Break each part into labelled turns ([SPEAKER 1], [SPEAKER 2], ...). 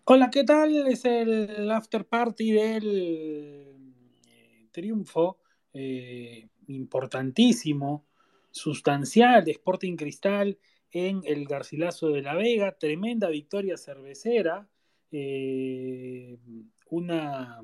[SPEAKER 1] Hola, ¿qué tal? Es el after party del triunfo importantísimo, sustancial de Sporting Cristal en el Garcilaso de la Vega. Tremenda victoria cervecera. eh, una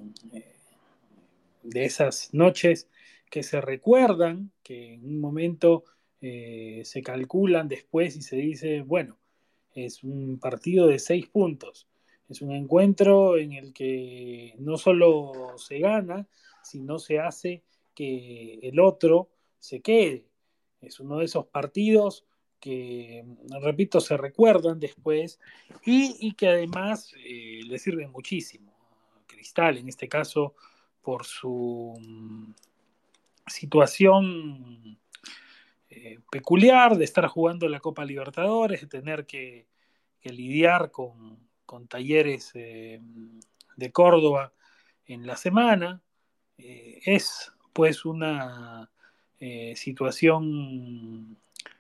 [SPEAKER 1] de esas noches que se recuerdan, que en un momento se calculan después y se dice, bueno, es un partido de 6 puntos. Es un encuentro en el que no solo se gana, sino se hace que el otro se quede. Es uno de esos partidos que, repito, se recuerdan después y que además le sirven muchísimo. Cristal, en este caso, por su situación peculiar de estar jugando la Copa Libertadores, de tener que lidiar con Talleres de Córdoba en la semana. Es pues una situación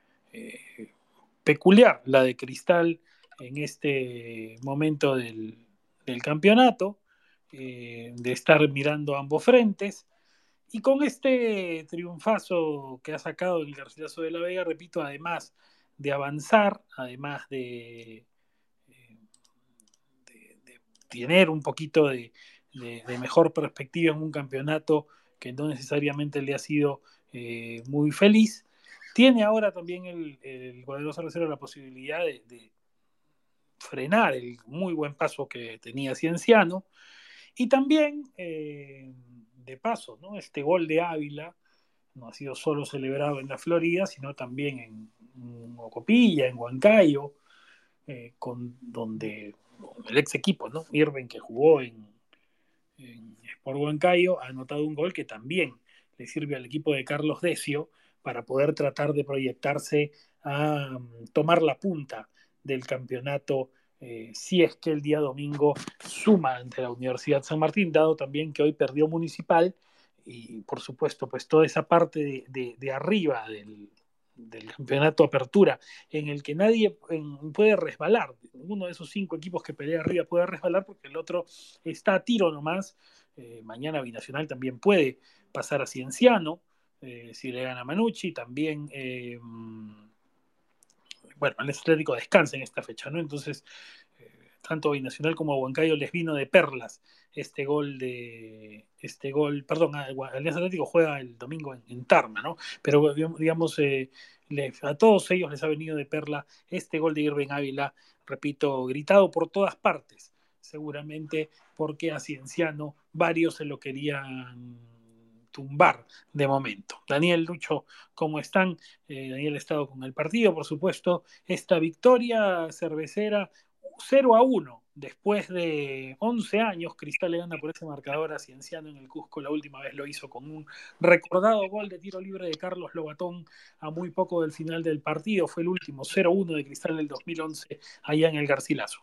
[SPEAKER 1] peculiar la de Cristal en este momento del campeonato, de estar mirando ambos frentes. Y con este triunfazo que ha sacado el Garcilaso de la Vega, repito, además de avanzar, además de tener un poquito de mejor perspectiva en un campeonato que no necesariamente le ha sido muy feliz, tiene ahora también el poderoso reserva la posibilidad de frenar el muy buen paso que tenía Cienciano y también, de paso, ¿no? Este gol de Ávila no ha sido solo celebrado en la Florida, sino también en Ocopilla, en Huancayo, donde el ex equipo, ¿no? Irving, que jugó en Sport Huancayo, ha anotado un gol que también le sirve al equipo de Carlos Decio para poder tratar de proyectarse a tomar la punta del campeonato, si es que el día domingo suma ante la Universidad San Martín, dado también que hoy perdió Municipal y por supuesto pues toda esa parte de arriba del campeonato Apertura en el que nadie puede resbalar. Uno de esos 5 equipos que pelea arriba puede resbalar porque el otro está a tiro nomás. Mañana Binacional también puede pasar a Cienciano, si le gana a Manucci. También, bueno, el Atlético descansa en esta fecha, ¿no? Entonces, tanto Binacional como a Huancayo les vino de perlas perdón, Alianza Atlético juega el domingo en Tarma, ¿no? Pero digamos, a todos ellos les ha venido de perla este gol de Irving Ávila, repito, gritado por todas partes, seguramente porque a Cienciano varios se lo querían tumbar de momento. Daniel, Lucho, ¿cómo están? Daniel ha estado con el partido, por supuesto. Esta victoria cervecera 0-1. Después de 11 años, Cristal le gana por ese marcador a Cienciano en el Cusco. La última vez lo hizo con un recordado gol de tiro libre de Carlos Lobatón a muy poco del final del partido. Fue el último 0-1 de Cristal del 2011 allá en el Garcilaso.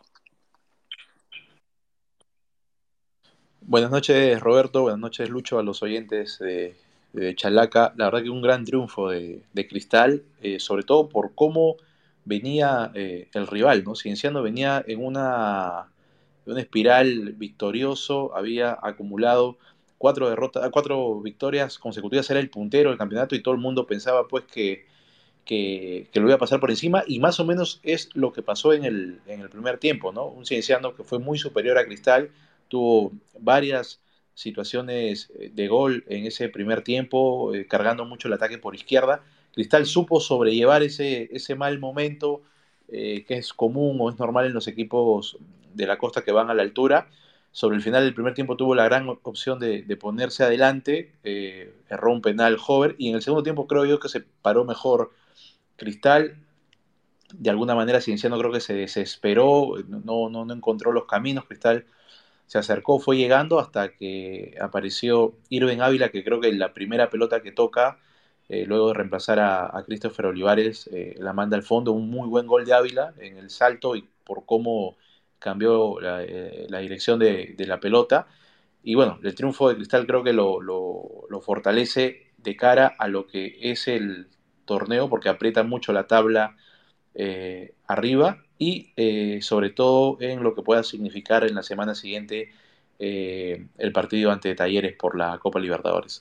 [SPEAKER 2] Buenas noches, Roberto. Buenas noches, Lucho, a los oyentes de Chalaca. La verdad que un gran triunfo de Cristal, sobre todo por cómo venía el rival, ¿no? Cienciano venía en una espiral victorioso, había acumulado 4 derrotas, 4 victorias consecutivas, era el puntero del campeonato y todo el mundo pensaba pues que lo iba a pasar por encima y más o menos es lo que pasó en el primer tiempo, ¿no? Un Cienciano que fue muy superior a Cristal, tuvo varias situaciones de gol en ese primer tiempo, cargando mucho el ataque por izquierda. Cristal supo sobrellevar ese mal momento que es común o es normal en los equipos de la costa que van a la altura. Sobre el final del primer tiempo tuvo la gran opción de ponerse adelante, erró un penal Hover y en el segundo tiempo creo yo que se paró mejor Cristal. De alguna manera Cienciano creo que se desesperó, no encontró los caminos. Cristal se acercó, fue llegando hasta que apareció Irving Ávila, que creo que la primera pelota que toca, luego de reemplazar a Christopher Olivares, la manda al fondo. Un muy buen gol de Ávila en el salto y por cómo cambió la dirección de la pelota. Y bueno, el triunfo de Cristal creo que lo fortalece de cara a lo que es el torneo, porque aprieta mucho la tabla arriba y sobre todo en lo que pueda significar en la semana siguiente el partido ante Talleres por la Copa Libertadores.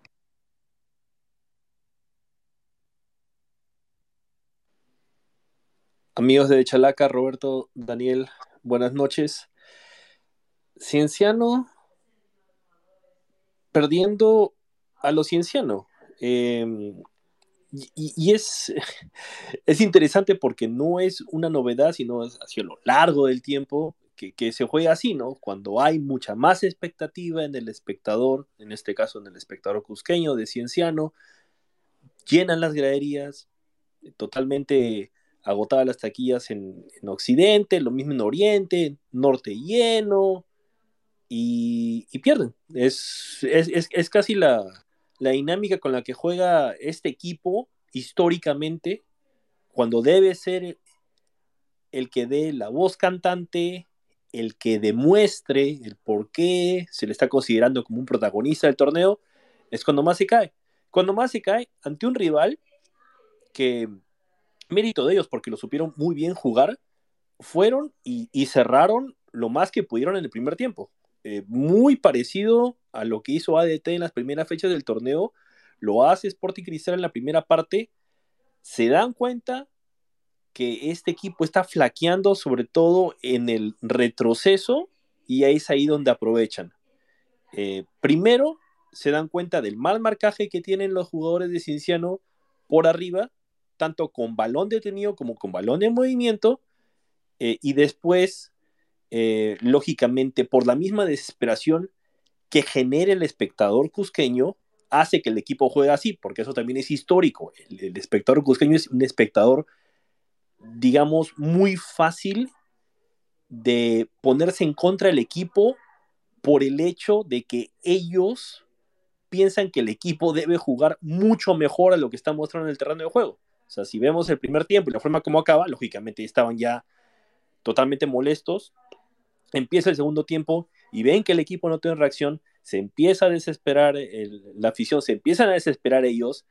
[SPEAKER 3] Amigos de Chalaca, Roberto, Daniel, buenas noches. Cienciano perdiendo a lo Cienciano. Y es interesante porque no es una novedad, sino es hacia lo largo del tiempo que se juega así, ¿no? Cuando hay mucha más expectativa en el espectador, en este caso en el espectador cusqueño de Cienciano, llenan las graderías, totalmente agotadas las taquillas en Occidente, lo mismo en Oriente, Norte lleno, y pierden. Es casi la dinámica con la que juega este equipo históricamente, cuando debe ser el que dé la voz cantante, el que demuestre el por qué se le está considerando como un protagonista del torneo, es cuando más se cae. Cuando más se cae ante un rival que, mérito de ellos, porque lo supieron muy bien jugar, fueron y cerraron lo más que pudieron en el primer tiempo. Muy parecido a lo que hizo ADT en las primeras fechas del torneo, lo hace Sporting Cristal en la primera parte, se dan cuenta que este equipo está flaqueando sobre todo en el retroceso y es ahí donde aprovechan. Primero, se dan cuenta del mal marcaje que tienen los jugadores de Cienciano por arriba, tanto con balón detenido como con balón en movimiento, y después, lógicamente, por la misma desesperación que genera el espectador cusqueño, hace que el equipo juegue así, porque eso también es histórico. El espectador cusqueño es un espectador, digamos, muy fácil de ponerse en contra del equipo por el hecho de que ellos piensan que el equipo debe jugar mucho mejor a lo que está mostrando en el terreno de juego. O sea, si vemos el primer tiempo y la forma como acaba, lógicamente estaban ya totalmente molestos. Empieza el segundo tiempo y ven que el equipo no tiene reacción, se empieza a desesperar la afición, se empiezan a desesperar ellos,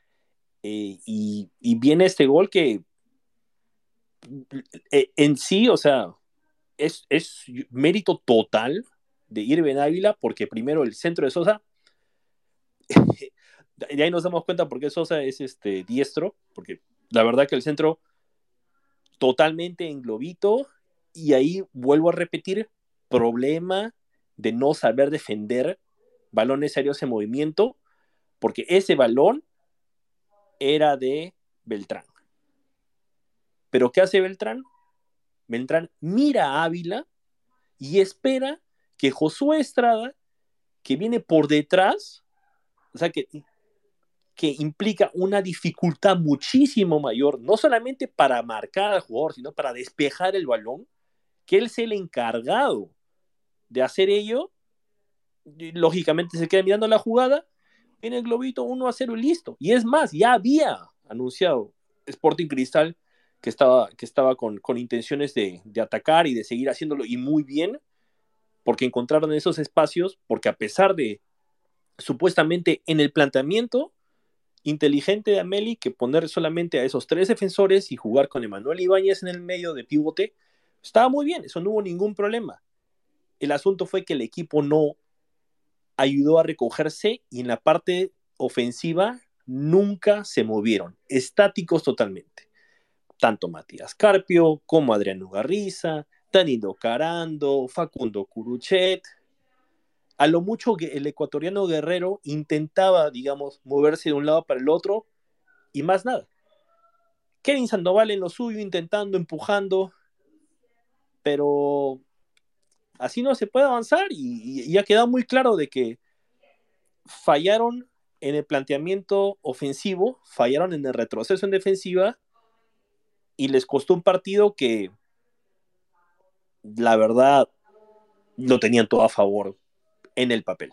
[SPEAKER 3] y viene este gol que en sí, o sea, es mérito total de Irben Ávila, porque primero el centro de Sosa, de ahí nos damos cuenta por qué Sosa es diestro, porque la verdad que el centro totalmente en globito, y ahí vuelvo a repetir, problema de no saber defender balones aéreos en movimiento, porque ese balón era de Beltrán. Pero ¿qué hace Beltrán? Beltrán mira a Ávila y espera que Josué Estrada, que viene por detrás, o sea, que implica una dificultad muchísimo mayor, no solamente para marcar al jugador, sino para despejar el balón, que él sea el encargado de hacer ello. Y lógicamente se queda mirando la jugada, en el globito 1-0 y listo. Y es más, ya había anunciado Sporting Cristal que estaba con intenciones de atacar y de seguir haciéndolo, y muy bien, porque encontraron esos espacios, porque a pesar de supuestamente en el planteamiento inteligente de Ameli, que poner solamente a esos tres defensores y jugar con Emanuel Ibáñez en el medio de pivote, estaba muy bien, eso no hubo ningún problema. El asunto fue que el equipo no ayudó a recogerse, y en la parte ofensiva nunca se movieron, estáticos totalmente. Tanto Matías Carpio como Adriano Garriza, Danilo Carando, Facundo Curuchet. A lo mucho que el ecuatoriano Guerrero intentaba, digamos, moverse de un lado para el otro, y más nada. Kevin Sandoval en lo suyo, intentando, empujando, pero así no se puede avanzar, y ha quedado muy claro de que fallaron en el planteamiento ofensivo, fallaron en el retroceso en defensiva, y les costó un partido que, la verdad, lo tenían todo a favor en el papel.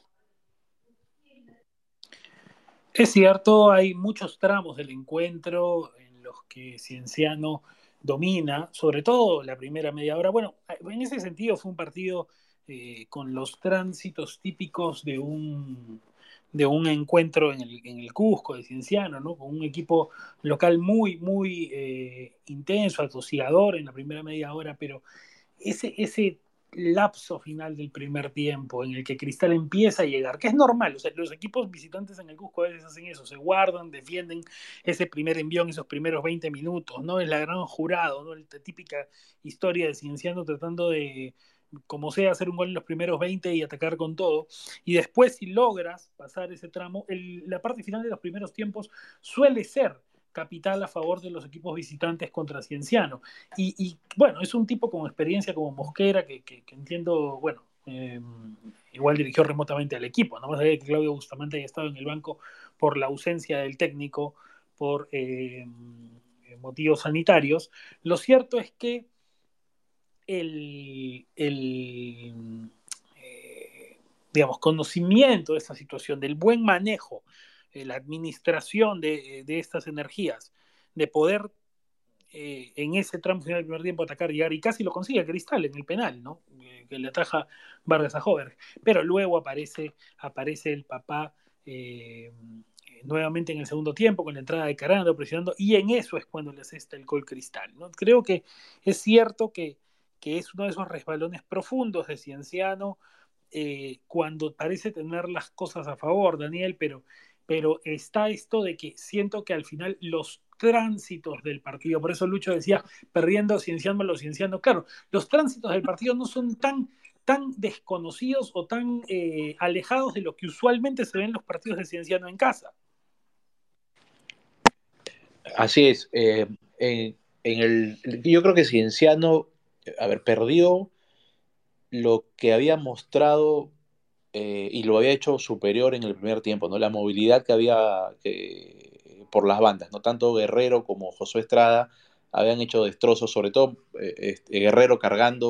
[SPEAKER 1] Es cierto, hay muchos tramos del encuentro en los que Cienciano domina, sobre todo la primera media hora. Bueno, en ese sentido fue un partido con los tránsitos típicos de un encuentro en el Cusco de Cienciano, ¿no? Con un equipo local muy, muy intenso, atosigador en la primera media hora, pero ese lapso final del primer tiempo en el que Cristal empieza a llegar, que es normal, o sea, los equipos visitantes en el Cusco a veces hacen eso, se guardan, defienden ese primer envión, esos primeros 20 minutos, ¿no? Es la gran jurado, ¿no? La típica historia de Cienciano tratando de, como sea, hacer un gol en los primeros 20 y atacar con todo. Y después, si logras pasar ese tramo, la parte final de los primeros tiempos suele ser capital a favor de los equipos visitantes contra Cienciano. Bueno, es un tipo con experiencia como Mosquera, que entiendo, bueno, igual dirigió remotamente al equipo, no más allá de que Claudio Bustamante haya estado en el banco por la ausencia del técnico, por motivos sanitarios. Lo cierto es que digamos, conocimiento de esta situación, del buen manejo, la administración de estas energías, de poder en ese tramo final del primer tiempo atacar, llegar, y casi lo consigue Cristal en el penal, ¿no? Que le ataja Vargas a Hover. Pero luego aparece el papá nuevamente en el segundo tiempo, con la entrada de Carando, presionando, y en eso es cuando le asesta el gol Cristal, ¿no? Creo que es cierto que es uno de esos resbalones profundos de Cienciano, cuando parece tener las cosas a favor, Daniel, pero está esto de que siento que al final los tránsitos del partido, por eso Lucho decía, perdiendo Cienciano, lo Cienciano, claro, los tránsitos del partido no son tan desconocidos o tan alejados de lo que usualmente se ven los partidos de Cienciano en casa.
[SPEAKER 2] Así es. Yo creo que Cienciano, a ver, perdió lo que había mostrado y lo había hecho superior en el primer tiempo, ¿no? La movilidad que había por las bandas, ¿no? Tanto Guerrero como Josué Estrada habían hecho destrozos, sobre todo Guerrero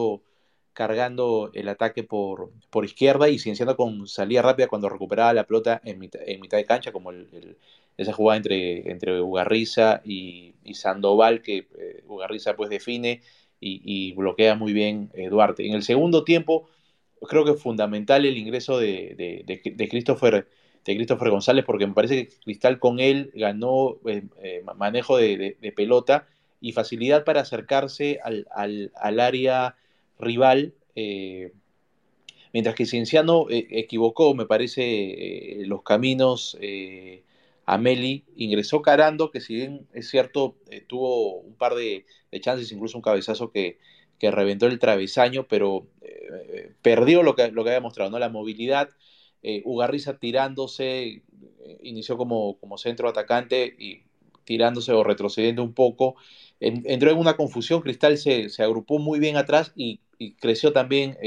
[SPEAKER 2] cargando el ataque por izquierda y Cienciano con salida rápida cuando recuperaba la pelota en mitad de cancha, como esa jugada entre Ugarriza y Sandoval, que Ugarriza pues define y bloquea muy bien Duarte. En el segundo tiempo creo que es fundamental el ingreso de Christopher González, porque me parece que Cristal con él ganó manejo de pelota y facilidad para acercarse al área rival, mientras que Cienciano equivocó, me parece, los caminos a Meli, ingresó Carando, que si bien es cierto, tuvo un par de chances, incluso un cabezazo que reventó el travesaño, pero perdió lo que había mostrado, ¿no? La movilidad, Ugarriza tirándose, inició como centro atacante y tirándose o retrocediendo un poco, entró en una confusión, Cristal se agrupó muy bien atrás y creció también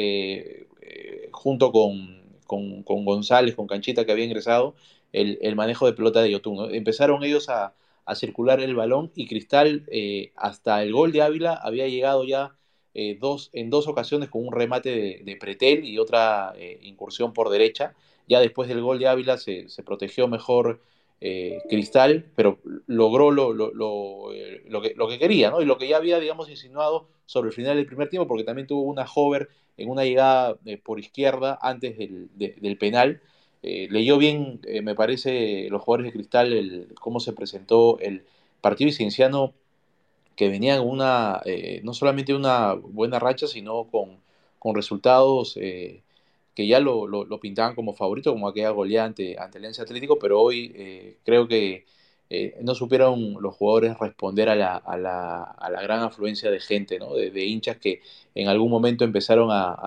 [SPEAKER 2] junto con González, con Canchita que había ingresado, el manejo de pelota de Yotun, ¿no? Empezaron ellos a circular el balón y Cristal hasta el gol de Ávila había llegado ya en dos ocasiones con un remate de Pretel y otra incursión por derecha. Ya después del gol de Ávila se protegió mejor Cristal, pero logró lo que quería, ¿no? Y lo que ya había, digamos, insinuado sobre el final del primer tiempo, porque también tuvo una hover en una llegada por izquierda antes del penal. Leyó bien, me parece, los jugadores de Cristal cómo se presentó el partido y Cienciano, que venía no solamente una buena racha, sino con resultados que ya lo pintaban como favorito, como aquella goleada ante el Lens Atlético, pero hoy creo que no supieron los jugadores responder a la gran afluencia de gente, ¿no? De hinchas que en algún momento empezaron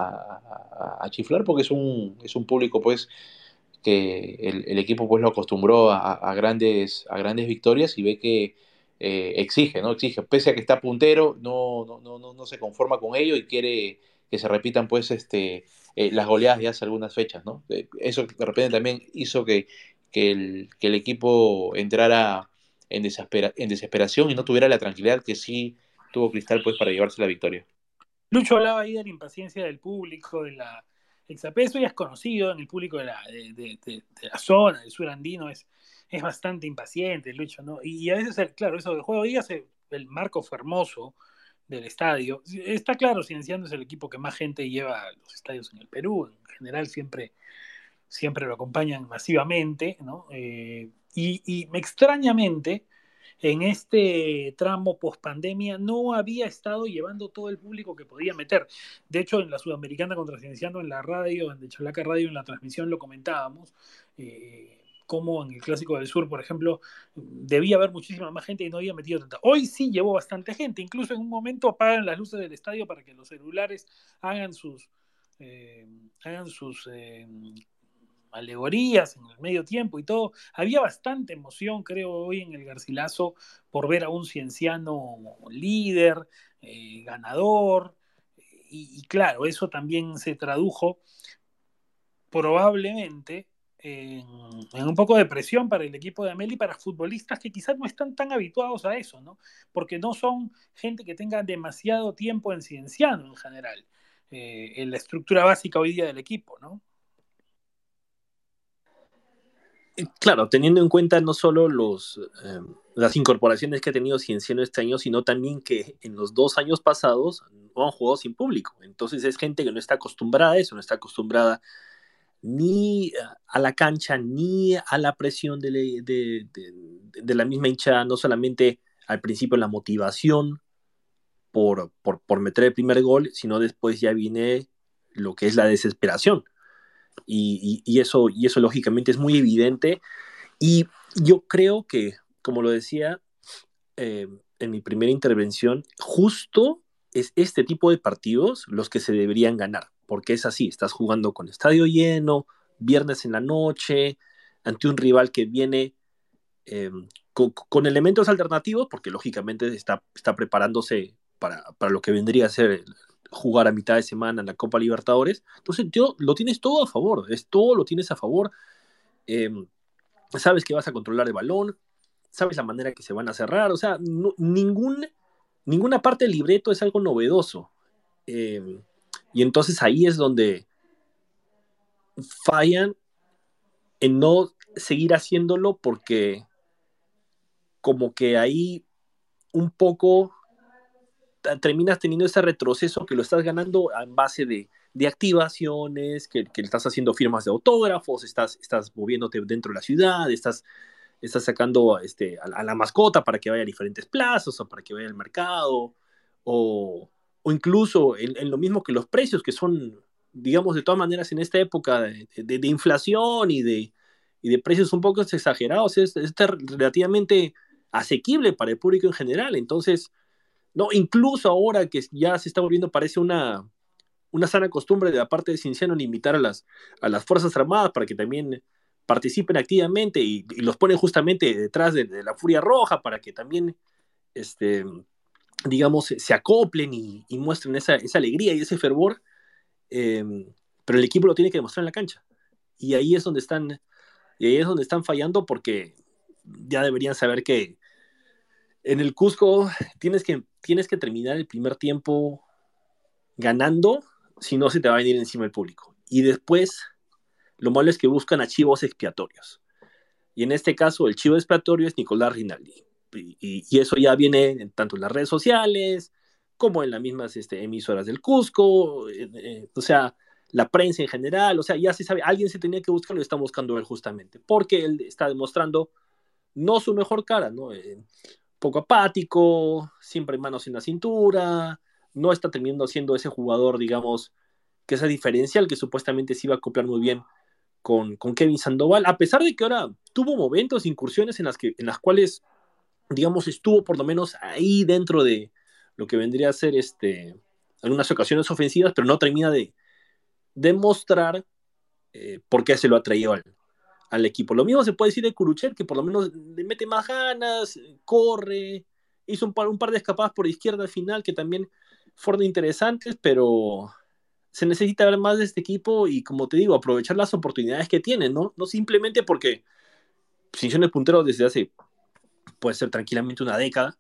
[SPEAKER 2] a chiflar, porque es un público pues que el equipo pues lo acostumbró a grandes victorias y ve que exige, ¿no? Exige, pese a que está puntero, no se conforma con ello y quiere que se repitan pues las goleadas de hace algunas fechas, ¿no? Eso de repente también hizo que el equipo entrara en desesperación y no tuviera la tranquilidad que sí tuvo Cristal pues para llevarse la victoria.
[SPEAKER 1] Lucho hablaba ahí de la impaciencia del público, de la exapé, eso ya es conocido en el público de la zona, del sur andino, es bastante impaciente, Lucho, ¿no? Y a veces, claro, eso del juego de día, el marco fue hermoso del estadio. Está claro, Cienciano es el equipo que más gente lleva a los estadios en el Perú, en general siempre lo acompañan masivamente, ¿no? Y extrañamente, en este tramo post-pandemia no había estado llevando todo el público que podía meter. De hecho, en la Sudamericana contra Cienciano, en la radio, en Chalaca Radio, en la transmisión lo comentábamos, como en el Clásico del Sur, por ejemplo, debía haber muchísima más gente y no había metido tanta. Hoy sí llevó bastante gente, incluso en un momento apagan las luces del estadio para que los celulares hagan sus, eh, hagan sus alegorías en el medio tiempo y todo. Había bastante emoción, creo, hoy en el Garcilaso por ver a un cienciano líder, ganador, y claro, eso también se tradujo probablemente en un poco de presión para el equipo de Amel y para futbolistas que quizás no están tan habituados a eso, ¿no? Porque no son gente que tenga demasiado tiempo en Cienciano en general, en la estructura básica hoy día del equipo, ¿no?
[SPEAKER 3] Claro, teniendo en cuenta no solo las incorporaciones que ha tenido Cienciano este año, sino también que en los 2 años pasados no han jugado sin público. Entonces es gente que no está acostumbrada a eso, no está acostumbrada ni a la cancha, ni a la presión de la misma hinchada, no solamente al principio la motivación por meter el primer gol, sino después ya viene lo que es la desesperación. Y eso lógicamente es muy evidente. Y yo creo que, como lo decía en mi primera intervención, justo es este tipo de partidos los que se deberían ganar, porque es así, estás jugando con estadio lleno, viernes en la noche, ante un rival que viene eh, con elementos alternativos, porque lógicamente está preparándose para lo que vendría a ser jugar a mitad de semana en la Copa Libertadores. Entonces, lo tienes todo a favor, todo lo tienes a favor. Eh, Sabes que vas a controlar el balón, sabes la manera que se van a cerrar, o sea, ninguna parte del libreto es algo novedoso. Eh, y entonces ahí es donde fallan en no seguir haciéndolo porque como que ahí un poco terminas teniendo ese retroceso que lo estás ganando en base de activaciones, que estás haciendo firmas de autógrafos, estás moviéndote dentro de la ciudad, estás sacando a la mascota para que vaya a diferentes plazas o para que vaya al mercado, o incluso en lo mismo que los precios, que son, digamos, de todas maneras en esta época de inflación y de precios un poco exagerados, es relativamente asequible para el público en general. Entonces, no, incluso ahora que ya se está volviendo, parece una sana costumbre de la parte de Cienciano en invitar a las Fuerzas Armadas para que también participen activamente y los ponen justamente detrás de la Furia Roja para que también, este, digamos, se acoplen y muestren esa alegría y ese fervor, eh, pero el equipo lo tiene que demostrar en la cancha. Y ahí es donde están, y ahí es donde están fallando porque ya deberían saber que en el Cusco tienes que terminar el primer tiempo ganando, si no se te va a venir encima el público. Y después, lo malo es que buscan a chivos expiatorios. Y en este caso, el chivo expiatorio es Nicolás Rinaldi. Y eso ya viene tanto en las redes sociales como en las mismas emisoras del Cusco, o sea, la prensa en general, o sea, ya se sabe, alguien se tenía que buscar, lo está buscando él justamente, porque él está demostrando no su mejor cara, ¿no? Poco apático, siempre manos en la cintura, no está terminando siendo ese jugador, digamos, que esa diferencial que supuestamente se iba a acoplar muy bien con Kevin Sandoval, a pesar de que ahora tuvo momentos, incursiones en las cuales, digamos, estuvo por lo menos ahí dentro de lo que vendría a ser algunas ocasiones ofensivas, pero no termina de demostrar por qué se lo ha traído al equipo. Lo mismo se puede decir de Curuchet, que por lo menos le mete más ganas, corre, hizo un par de escapadas por izquierda al final que también fueron interesantes, pero se necesita ver más de este equipo y, como te digo, aprovechar las oportunidades que tiene, ¿no? No simplemente porque Cinciano es puntero desde hace, puede ser tranquilamente una década,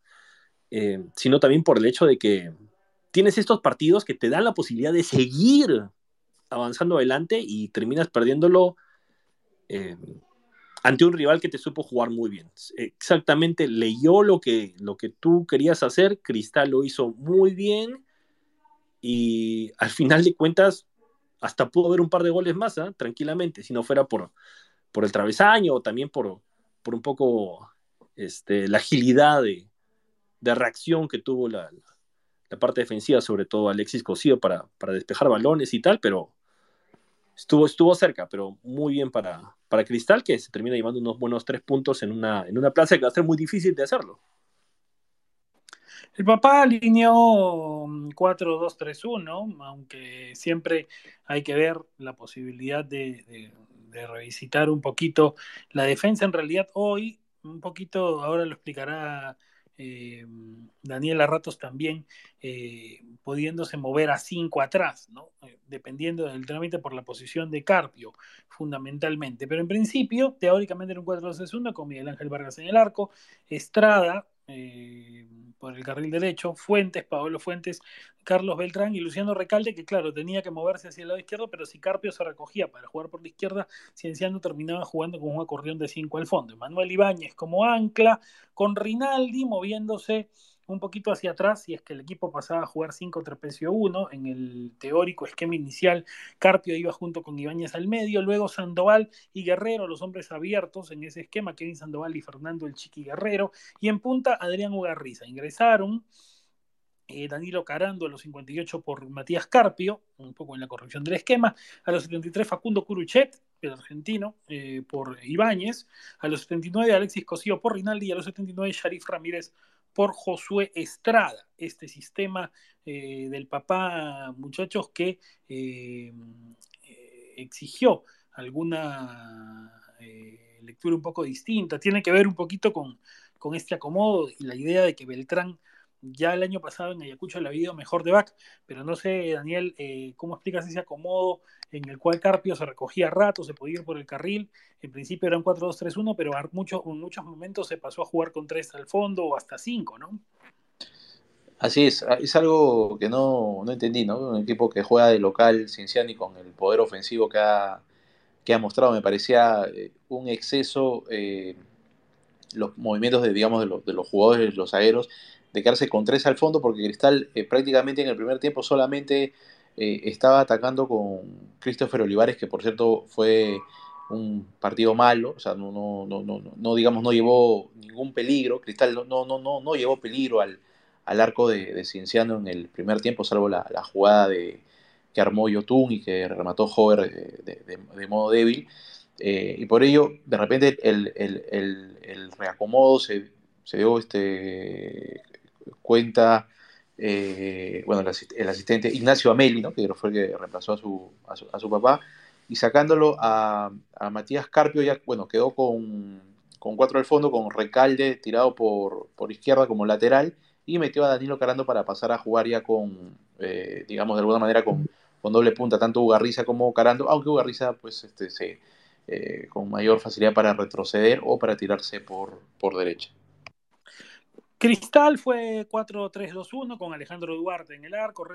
[SPEAKER 3] sino también por el hecho de que tienes estos partidos que te dan la posibilidad de seguir avanzando adelante y terminas perdiéndolo eh, ante un rival que te supo jugar muy bien. Exactamente, leyó lo que tú querías hacer, Cristal lo hizo muy bien y al final de cuentas, hasta pudo haber un par de goles más, tranquilamente, si no fuera por el travesaño o también por un poco la agilidad de reacción que tuvo la parte defensiva, sobre todo Alexis Cosío, para despejar balones y tal, pero estuvo cerca, pero muy bien para Cristal, que se termina llevando unos buenos 3 puntos en una plaza que va a ser muy difícil de hacerlo.
[SPEAKER 1] El papá alineó 4-2-3-1, aunque siempre hay que ver la posibilidad de revisitar un poquito la defensa. En realidad hoy, un poquito, ahora lo explicará Daniel a ratos también, pudiéndose mover a 5 atrás, ¿no? Dependiendo del trámite por la posición de Carpio, fundamentalmente. Pero en principio, teóricamente era un 4-2-3-1 con Miguel Ángel Vargas en el arco, Estrada por el carril derecho, Fuentes, Paolo Fuentes, Carlos Beltrán y Luciano Recalde, que claro, tenía que moverse hacia el lado izquierdo, pero si Carpio se recogía para jugar por la izquierda, Cienciano terminaba jugando con un acordeón de 5 al fondo. Manuel Ibáñez como ancla, con Rinaldi moviéndose un poquito hacia atrás, si es que el equipo pasaba a jugar 5-3-1, en el teórico esquema inicial, Carpio iba junto con Ibáñez al medio, luego Sandoval y Guerrero, los hombres abiertos en ese esquema, Kevin Sandoval y Fernando el Chiqui Guerrero, y en punta Adrián Ugarriza. Ingresaron Danilo Carando a los 58 por Matías Carpio, un poco en la corrección del esquema, a los 73 Facundo Curuchet, el argentino, por Ibáñez, a los 79 Alexis Cosío por Rinaldi y a los 79 Sharif Ramírez por Josué Estrada. Este sistema del papá, muchachos, que exigió alguna lectura un poco distinta, tiene que ver un poquito con este acomodo y la idea de que Beltrán ya el año pasado en Ayacucho le había ido mejor de back, pero no sé, Daniel, ¿cómo explicas ese acomodo en el cual Carpio se recogía a rato, se podía ir por el carril? En principio era un 4-2-3-1, pero en muchos momentos se pasó a jugar con 3 al fondo o hasta 5, ¿no?
[SPEAKER 2] Así es algo que no entendí, ¿no? Un equipo que juega de local, Cienciano, y con el poder ofensivo que ha mostrado, me parecía un exceso los movimientos digamos, de los jugadores, los zagueros, de quedarse con 3 al fondo, porque Cristal prácticamente en el primer tiempo solamente estaba atacando con Christopher Olivares, que por cierto fue un partido malo, o sea, no digamos, no llevó ningún peligro, Cristal no llevó peligro al arco de Cienciano en el primer tiempo, salvo la jugada que armó Yotun y que remató Hover de modo débil. Y por ello, de repente, el reacomodo se dio cuenta, bueno, el asistente Ignacio Ameli, ¿no? Que fue el que reemplazó a su papá, y sacándolo a Matías Carpio, ya, bueno, quedó con 4 al fondo, con Recalde tirado por izquierda como lateral, y metió a Danilo Carando para pasar a jugar ya con, digamos, de alguna manera con doble punta, tanto Ugarriza como Carando, aunque Ugarriza, pues, con mayor facilidad para retroceder o para tirarse por derecha.
[SPEAKER 1] Cristal fue 4-3-2-1 con Alejandro Duarte en el arco,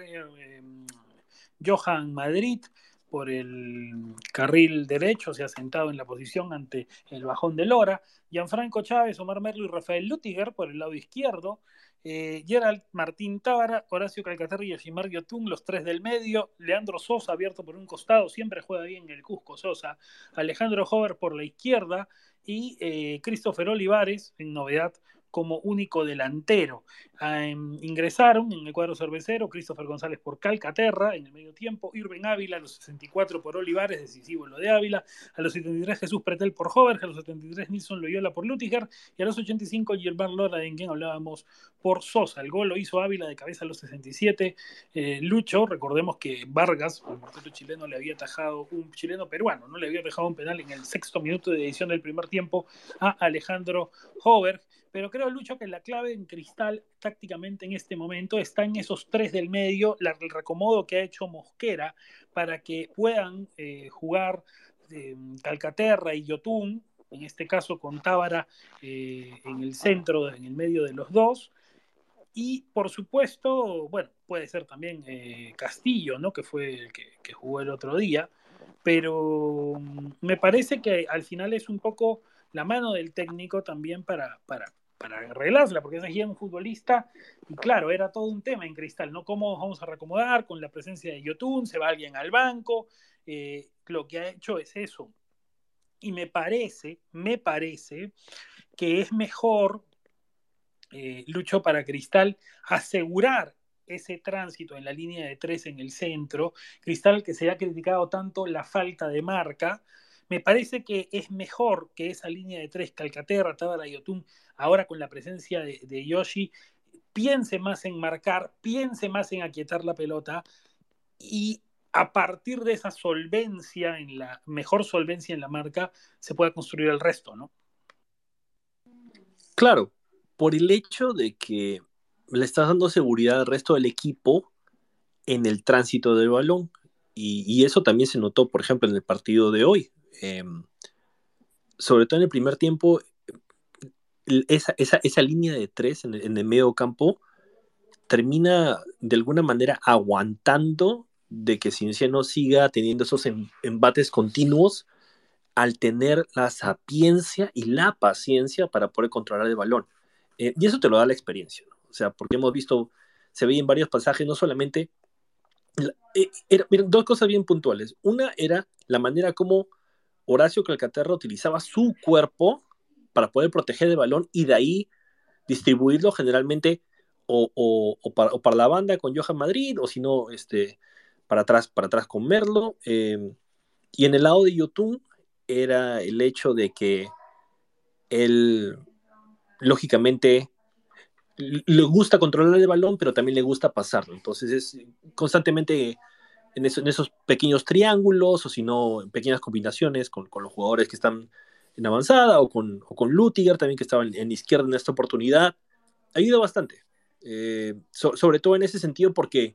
[SPEAKER 1] Johan Madrid por el carril derecho, se ha sentado en la posición ante el bajón de Lora, Gianfranco Chávez, Omar Merlo y Rafael Lutiger por el lado izquierdo, Gerald Martín Tábara, Horacio Calcaterra y Yoshimar Yotun, los 3 del medio, Leandro Sosa abierto por un costado, siempre juega bien el Cusco Sosa, Alejandro Hover por la izquierda y Christopher Olivares, en novedad, como único delantero. Ingresaron en el cuadro cervecero Christopher González por Calcaterra en el medio tiempo, Irving Ávila a los 64 por Olivares, decisivo lo de Ávila, a los 73 Jesús Pretel por Hover, a los 73 Nilson Loyola por Lutiger y a los 85 Gilbert Lora, en quien hablábamos, por Sosa. El gol lo hizo Ávila de cabeza a los 67. Lucho, recordemos que Vargas, el portero chileno, le había atajado, un chileno peruano, ¿no? Le había dejado un penal en el 6º minuto de edición del primer tiempo a Alejandro Hover. Pero creo, Lucho, que la clave en Cristal tácticamente en este momento está en esos 3 del medio, el recomodo que ha hecho Mosquera para que puedan jugar Calcaterra y Yotun, en este caso con Tábara en el centro, en el medio de los dos. Y por supuesto, bueno, puede ser también Castillo, ¿no? Que fue el que jugó el otro día. Pero me parece que al final es un poco la mano del técnico también para para arreglársela, porque es un futbolista, y claro, era todo un tema en Cristal, ¿no? ¿Cómo vamos a reacomodar con la presencia de Yotun? ¿Se va alguien al banco? Lo que ha hecho es eso. Y me parece que es mejor, Lucho, para Cristal asegurar ese tránsito en la línea de tres en el centro. Cristal, que se ha criticado tanto la falta de marca, me parece que es mejor que esa línea de tres, Calcaterra, Tábara y Yotun, ahora con la presencia de Yoshi, piense más en marcar, piense más en aquietar la pelota, y a partir de esa solvencia, en la mejor solvencia en la marca, se pueda construir el resto, ¿no?
[SPEAKER 3] Claro, por el hecho de que le estás dando seguridad al resto del equipo en el tránsito del balón. Y eso también se notó, por ejemplo, en el partido de hoy. Sobre todo en el primer tiempo, esa línea de tres en el medio campo termina de alguna manera aguantando de que Cienciano siga teniendo esos embates continuos al tener la sapiencia y la paciencia para poder controlar el balón. Y eso te lo da la experiencia, ¿no? O sea, porque hemos visto, se ve en varios pasajes, no solamente miren, dos cosas bien puntuales. Una era la manera como Horacio Calcaterra utilizaba su cuerpo para poder proteger el balón y de ahí distribuirlo generalmente o para la banda con Johan Madrid o si no, para atrás con Merlo. Y en el lado de Yotun era el hecho de que él, lógicamente, le gusta controlar el balón, pero también le gusta pasarlo. Entonces es constantemente en esos pequeños triángulos o si no, en pequeñas combinaciones con los jugadores que están en avanzada o con Lutiger también que estaba en izquierda en esta oportunidad. Ayuda bastante. Sobre todo en ese sentido porque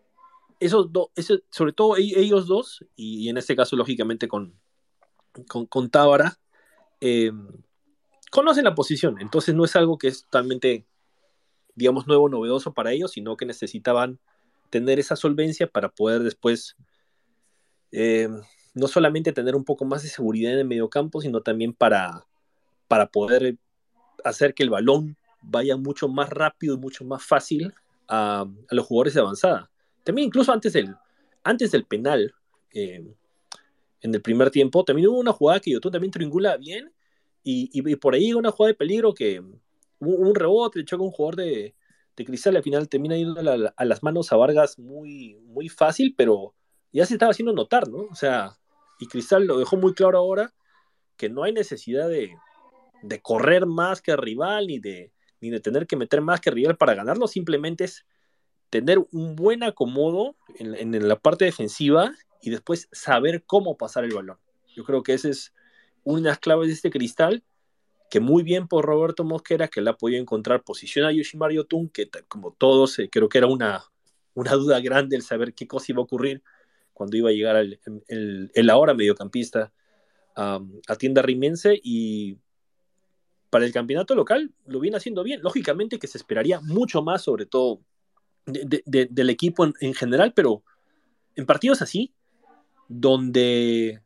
[SPEAKER 3] sobre todo ellos dos, y en este caso lógicamente con Tábara, eh, conocen la posición, entonces no es algo que es totalmente, digamos, nuevo, novedoso para ellos, sino que necesitaban tener esa solvencia para poder después eh, no solamente tener un poco más de seguridad en el mediocampo, sino también para poder hacer que el balón vaya mucho más rápido y mucho más fácil a los jugadores de avanzada. También incluso antes del penal, eh, en el primer tiempo, también hubo una jugada que Yotun también triangula bien y por ahí una jugada de peligro que un rebote, le choca un jugador de Cristal, al final termina yendo a las manos a Vargas muy, muy fácil, pero ya se estaba haciendo notar, ¿no? O sea, y Cristal lo dejó muy claro ahora que no hay necesidad de correr más que el rival ni de tener que meter más que el rival para ganarlo, simplemente es tener un buen acomodo en la parte defensiva y después saber cómo pasar el balón. Yo creo que esa es una de las claves de este Cristal, que muy bien por Roberto Mosquera, que le ha podido encontrar posición a Yoshimar Yotun, que como todos, creo que era una duda grande el saber qué cosa iba a ocurrir cuando iba a llegar el ahora mediocampista a Tienda Rimense, y para el campeonato local lo viene haciendo bien. Lógicamente que se esperaría mucho más, sobre todo del equipo en general, pero en partidos así, donde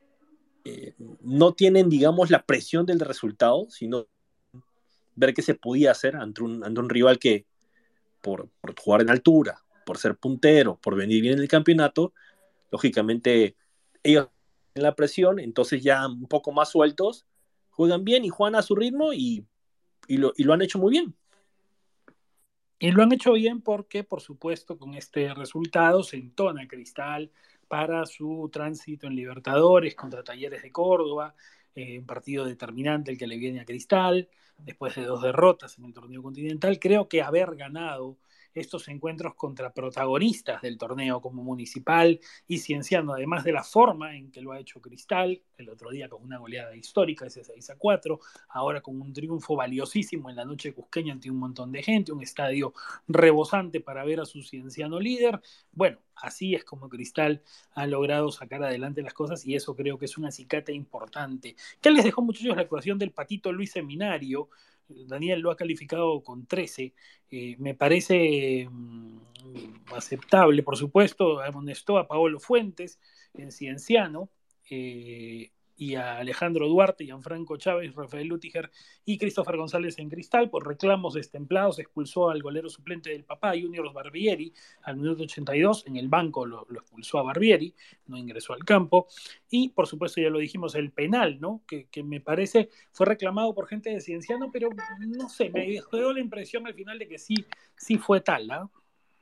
[SPEAKER 3] no tienen, digamos, la presión del resultado, sino ver qué se podía hacer ante un rival que, por jugar en altura, por ser puntero, por venir bien en el campeonato, lógicamente ellos en la presión, entonces ya un poco más sueltos, juegan bien y juegan a su ritmo y lo han hecho muy bien.
[SPEAKER 1] Y lo han hecho bien porque, por supuesto, con este resultado se entona Cristal para su tránsito en Libertadores contra Talleres de Córdoba, un partido determinante el que le viene a Cristal, después de 2 derrotas en el torneo continental. Creo que haber ganado estos encuentros contra protagonistas del torneo como Municipal y Cienciano, además de la forma en que lo ha hecho Cristal, el otro día con una goleada histórica, ese 6-4, ahora con un triunfo valiosísimo en la noche cusqueña ante un montón de gente, un estadio rebosante para ver a su Cienciano líder. Bueno, así es como Cristal ha logrado sacar adelante las cosas y eso creo que es un acicate importante. ¿Qué les dejó, muchachos, la actuación del Patito Luis Seminario? Daniel lo ha calificado con 13. Me parece aceptable, por supuesto. Amonestó a Paolo Fuentes en Cienciano. y a Alejandro Duarte, Gianfranco Chávez, Rafael Lutiger y Christopher González en Cristal por reclamos destemplados. Expulsó al golero suplente del Papá, Junior Barbieri, al minuto 82. En el banco lo expulsó a Barbieri, no ingresó al campo. Y por supuesto, ya lo dijimos, el penal, ¿no? Que me parece fue reclamado por gente de Cienciano, pero no sé, me dio la impresión al final de que sí fue tal, ¿no?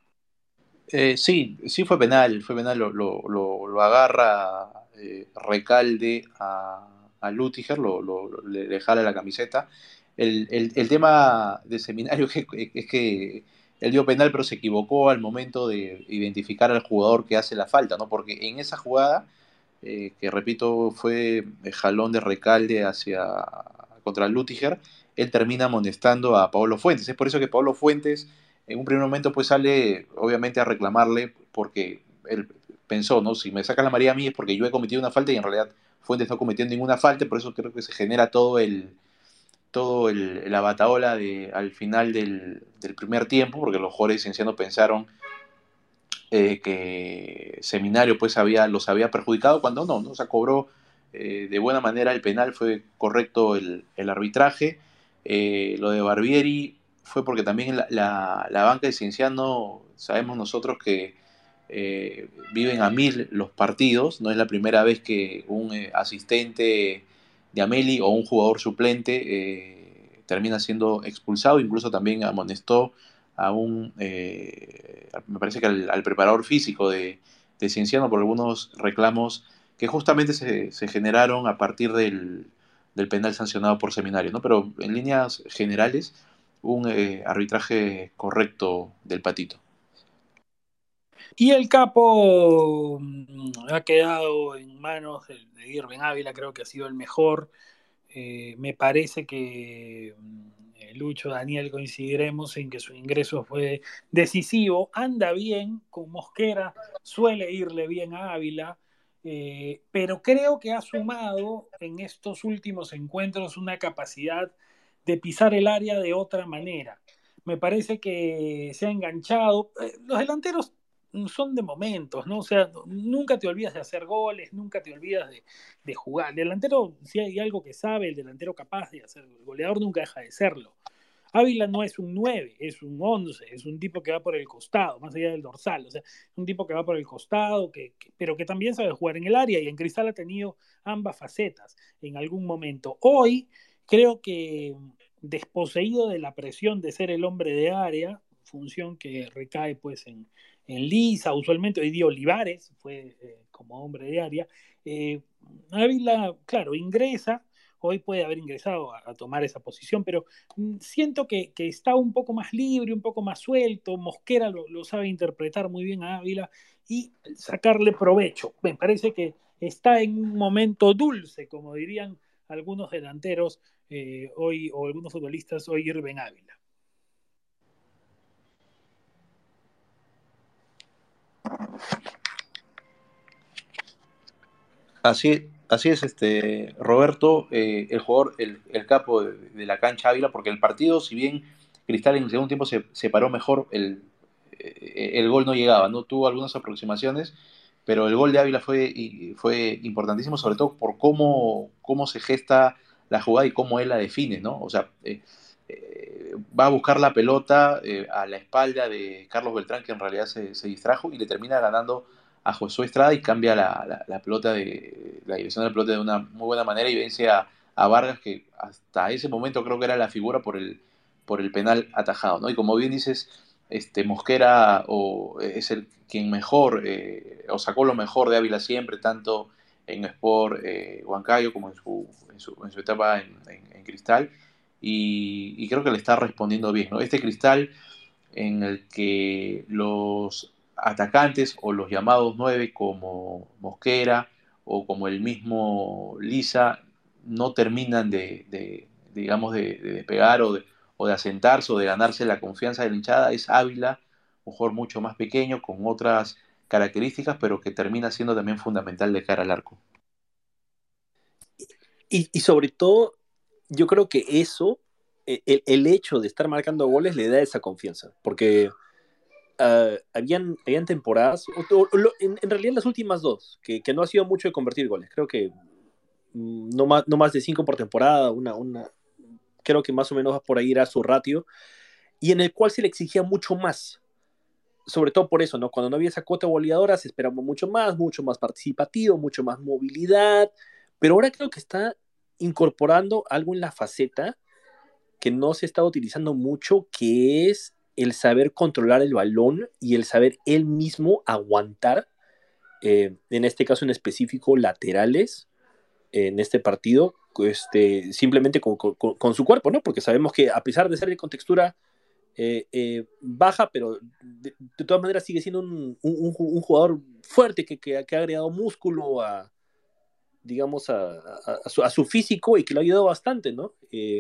[SPEAKER 2] Sí fue penal, lo agarra Recalde a Lutiger, le jala la camiseta. El tema de Seminario es que él dio penal, pero se equivocó al momento de identificar al jugador que hace la falta, ¿no? Porque en esa jugada, que repito, fue el jalón de Recalde contra Lutiger, él termina amonestando a Pablo Fuentes. Es por eso que Pablo Fuentes en un primer momento pues sale obviamente a reclamarle porque él pensó, ¿no? Si me sacan la María a mí es porque yo he cometido una falta y en realidad Fuentes no cometió ninguna falta, por eso creo que se genera la bataola al final del primer tiempo, porque los jugadores ciencianos pensaron que Seminario pues los había perjudicado cuando no, ¿no? O sea, cobró de buena manera el penal, fue correcto el arbitraje. Lo de Barbieri fue porque también la banca de Cienciano, sabemos nosotros que viven a 1000 los partidos, no es la primera vez que un asistente de Ameli o un jugador suplente termina siendo expulsado, incluso también amonestó me parece que al preparador físico de Cienciano por algunos reclamos que justamente se generaron a partir del penal sancionado por Seminario, ¿no? Pero en líneas generales, un arbitraje correcto del Patito.
[SPEAKER 1] Y el capo ha quedado en manos de Irving Ávila, creo que ha sido el mejor. Me parece que Lucho, Daniel, coincidiremos en que su ingreso fue decisivo. Anda bien con Mosquera, suele irle bien a Ávila, pero creo que ha sumado en estos últimos encuentros una capacidad de pisar el área de otra manera. Me parece que se ha enganchado. Los delanteros son de momentos, ¿no? O sea, nunca te olvidas de hacer goles, nunca te olvidas de jugar. El delantero, si hay algo que sabe, el delantero capaz de hacer, el goleador nunca deja de serlo. Ávila no es un 9, es un 11, es un tipo que va por el costado, más allá del dorsal, o sea, un tipo que va por el costado, pero que también sabe jugar en el área, y en Cristal ha tenido ambas facetas en algún momento. Hoy creo que desposeído de la presión de ser el hombre de área, función que recae pues en Lisa, usualmente hoy día Olivares fue como hombre de área, eh, Ávila, claro, ingresa, hoy puede haber ingresado a tomar esa posición, pero siento que está un poco más libre, un poco más suelto. Mosquera lo sabe interpretar muy bien a Ávila y sacarle provecho. Me parece que está en un momento dulce, como dirían algunos delanteros hoy o algunos futbolistas hoy, Irving Ávila.
[SPEAKER 2] Así es, Roberto, el jugador, el capo de la cancha Ávila, porque el partido, si bien Cristal en el segundo tiempo se paró mejor, el gol no llegaba, ¿no? Tuvo algunas aproximaciones, pero el gol de Ávila fue importantísimo, sobre todo por cómo se gesta la jugada y cómo él la define, ¿no? O sea, va a buscar la pelota a la espalda de Carlos Beltrán, que en realidad se distrajo y le termina ganando a Josué Estrada y cambia la pelota la dirección de la pelota de una muy buena manera y vence a Vargas, que hasta ese momento creo que era la figura por el penal atajado, ¿no? Y como bien dices, Mosquera es quien mejor o sacó lo mejor de Ávila siempre, tanto en Sport Huancayo como en su etapa en Cristal, y creo que le está respondiendo bien, ¿no? Este Cristal en el que los atacantes o los llamados 9 como Mosquera o como el mismo Lisa no terminan digamos, de despegar o de asentarse o de ganarse la confianza de la hinchada. Es Ávila, un jugador mucho más pequeño, con otras características, pero que termina siendo también fundamental de cara al arco.
[SPEAKER 3] Y sobre todo, yo creo que eso, el hecho de estar marcando goles le da esa confianza, porque habían temporadas, en realidad las últimas dos, que no ha sido mucho de convertir goles. Creo que no más de 5 por temporada, creo que más o menos por ahí era su ratio, y en el cual se le exigía mucho más. Sobre todo por eso, ¿no? Cuando no había esa cuota goleadora se esperaba mucho más participativo, mucho más movilidad, pero ahora creo que está incorporando algo en la faceta que no se está utilizando mucho, que es el saber controlar el balón y el saber él mismo aguantar, en este caso en específico, laterales en este partido, simplemente con su cuerpo, ¿no? Porque sabemos que a pesar de ser de contextura baja, pero de todas maneras sigue siendo un jugador fuerte que ha agregado músculo digamos, a su físico y que lo ha ayudado bastante, ¿no?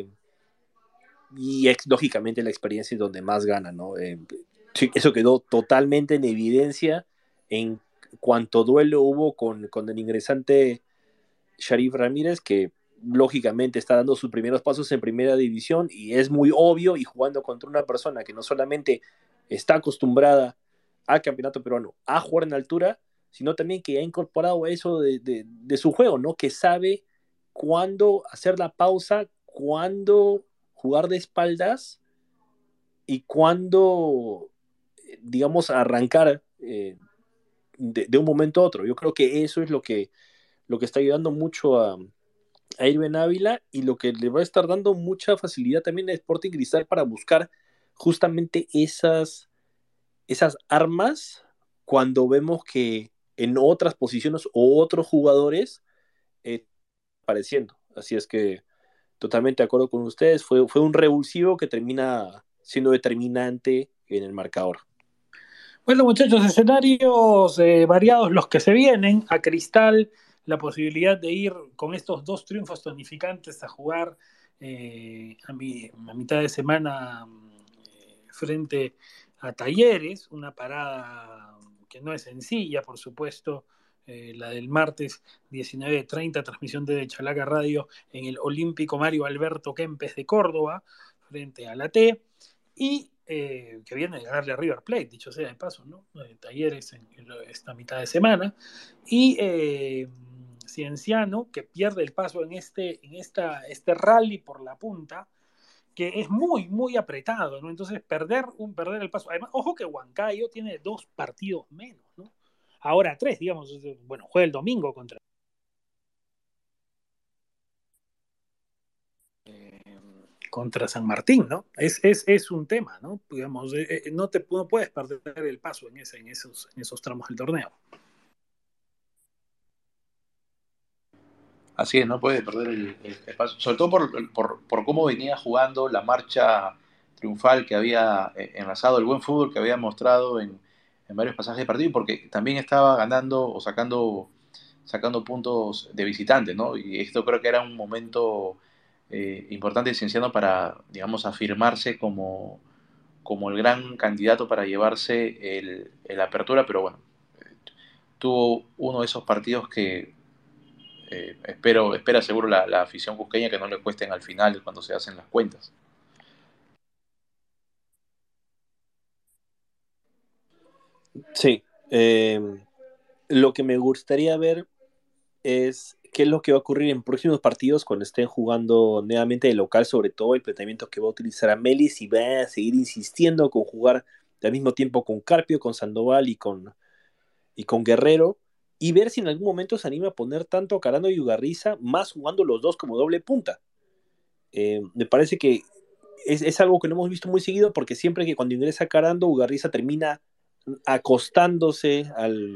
[SPEAKER 3] Y lógicamente la experiencia es donde más gana, ¿no? Sí, eso quedó totalmente en evidencia en cuanto duelo hubo con el ingresante Sharif Ramírez, que lógicamente está dando sus primeros pasos en primera división y es muy obvio, y jugando contra una persona que no solamente está acostumbrada al campeonato peruano a jugar en altura, sino también que ha incorporado eso de su juego, ¿no? Que sabe cuándo hacer la pausa, cuándo jugar de espaldas y cuándo, digamos, arrancar de un momento a otro. Yo creo que eso es lo que está ayudando mucho a Irben Ávila, y lo que le va a estar dando mucha facilidad también a Sporting Cristal para buscar justamente esas armas cuando vemos que en otras posiciones o otros jugadores apareciendo. Así es que totalmente de acuerdo con ustedes, fue un revulsivo que termina siendo determinante en el marcador.
[SPEAKER 1] Bueno, muchachos, escenarios variados los que se vienen. A Cristal, la posibilidad de ir con estos dos triunfos tonificantes a jugar a mitad de semana frente a Talleres, una parada que no es sencilla, por supuesto, la del martes 19:30, transmisión de Chalaca Radio en el Olímpico Mario Alberto Kempes de Córdoba, frente a la T, y que viene de ganarle a River Plate, dicho sea de paso, ¿no? Talleres en esta mitad de semana, y Cienciano, que pierde el paso en este rally por la punta, que es muy, muy apretado, ¿no? Entonces, perder el paso. Además, ojo que Huancayo tiene 2 partidos menos, ¿no? Ahora 3, digamos. Bueno, juega el domingo contra San Martín, ¿no? Es un tema, ¿no? Digamos, no puedes perder el paso en esos tramos del torneo.
[SPEAKER 2] Así es, no puede perder el paso, sobre todo por cómo venía jugando, la marcha triunfal que había enlazado, el buen fútbol que había mostrado en varios pasajes de partido, porque también estaba ganando o sacando puntos de visitante, ¿no? Y esto creo que era un momento importante y Cienciano para, digamos, afirmarse como el gran candidato para llevarse el apertura, pero bueno, tuvo uno de esos partidos que espera seguro la afición cusqueña que no le cuesten al final cuando se hacen las cuentas.
[SPEAKER 3] Sí, lo que me gustaría ver es qué es lo que va a ocurrir en próximos partidos cuando estén jugando nuevamente de local, sobre todo el planteamiento que va a utilizar Amelie, si va a seguir insistiendo con jugar al mismo tiempo con Carpio, con Sandoval y con Guerrero, y ver si en algún momento se anima a poner tanto a Carando y Ugarriza, más jugando los dos como doble punta. Me parece que es algo que no hemos visto muy seguido, porque siempre que cuando ingresa Carando, Ugarriza termina acostándose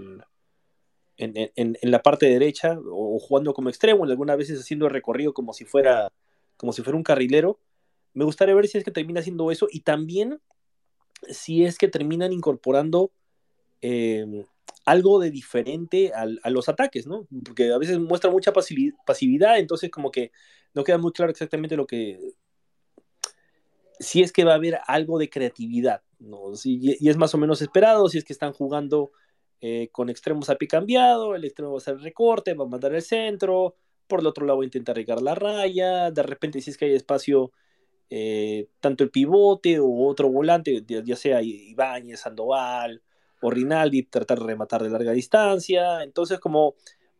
[SPEAKER 3] en la parte derecha o jugando como extremo, algunas veces haciendo el recorrido como si fuera un carrilero. Me gustaría ver si es que termina haciendo eso, y también si es que terminan incorporando eh, algo de diferente a los ataques, ¿no? Porque a veces muestra mucha pasividad, entonces como que no queda muy claro exactamente si es que va a haber algo de creatividad, ¿no? Y es más o menos esperado, si es que están jugando con extremos a pie cambiado, el extremo va a hacer el recorte, va a mandar el centro, por el otro lado va a intentar regar la raya, de repente si es que hay espacio, tanto el pivote o otro volante, ya sea Ibáñez, Sandoval o Rinaldi, tratar de rematar de larga distancia. Entonces, como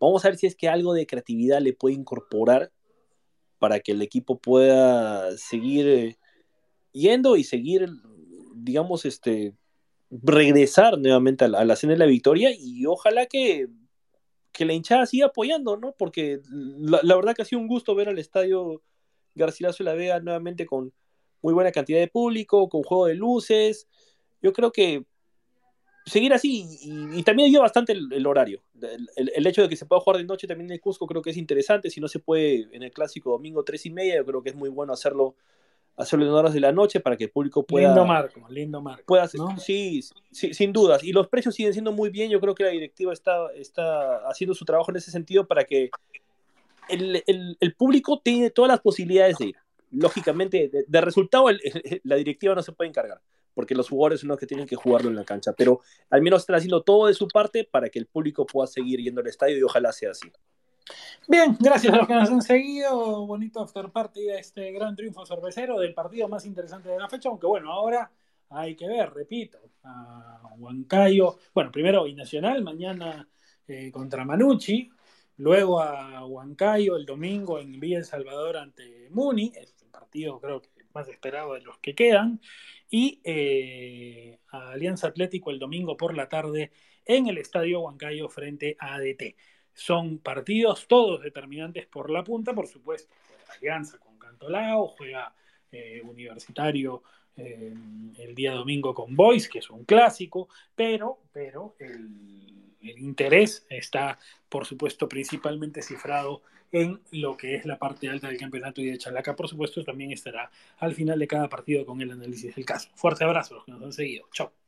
[SPEAKER 3] Vamos a ver si es que algo de creatividad le puede incorporar para que el equipo pueda seguir yendo y seguir, digamos, regresar nuevamente a la cena de la victoria y ojalá que la hinchada siga apoyando, ¿no? Porque la verdad que ha sido un gusto ver al estadio Garcilaso de la Vega nuevamente con muy buena cantidad de público, con juego de luces. Yo creo que seguir así y también ayuda bastante el horario. El hecho de que se pueda jugar de noche también en el Cusco creo que es interesante. Si no se puede en el clásico domingo 3:30, yo creo que es muy bueno hacerlo en horas de la noche para que el público
[SPEAKER 1] Lindo marco,
[SPEAKER 3] pueda
[SPEAKER 1] ¿no?
[SPEAKER 3] sí, sí, sin dudas. Y los precios siguen siendo muy bien. Yo creo que la directiva está haciendo su trabajo en ese sentido para que el público tiene todas las posibilidades de ir. Lógicamente, de resultado, la directiva no se puede encargar, porque los jugadores son los que tienen que jugarlo en la cancha, pero al menos están haciendo todo de su parte para que el público pueda seguir yendo al estadio y ojalá sea así.
[SPEAKER 1] Bien, gracias a los que nos han seguido. Bonito after party de este gran triunfo cervecero del partido más interesante de la fecha, aunque bueno, ahora hay que ver, repito, a Huancayo, bueno, primero Binacional, mañana contra Manucci, luego a Huancayo el domingo en Villa El Salvador ante Muni, el partido creo que más esperado de los que quedan, y a Alianza Atlético el domingo por la tarde en el Estadio Huancayo frente a ADT. Son partidos todos determinantes por la punta, por supuesto. Juega Alianza con Cantolao, juega Universitario el día domingo con Boys, que es un clásico, pero el interés está, por supuesto, principalmente cifrado en lo que es la parte alta del campeonato y de Chalaca, por supuesto, también estará al final de cada partido con el análisis del caso. Fuerte abrazo a los que nos han seguido. Chao.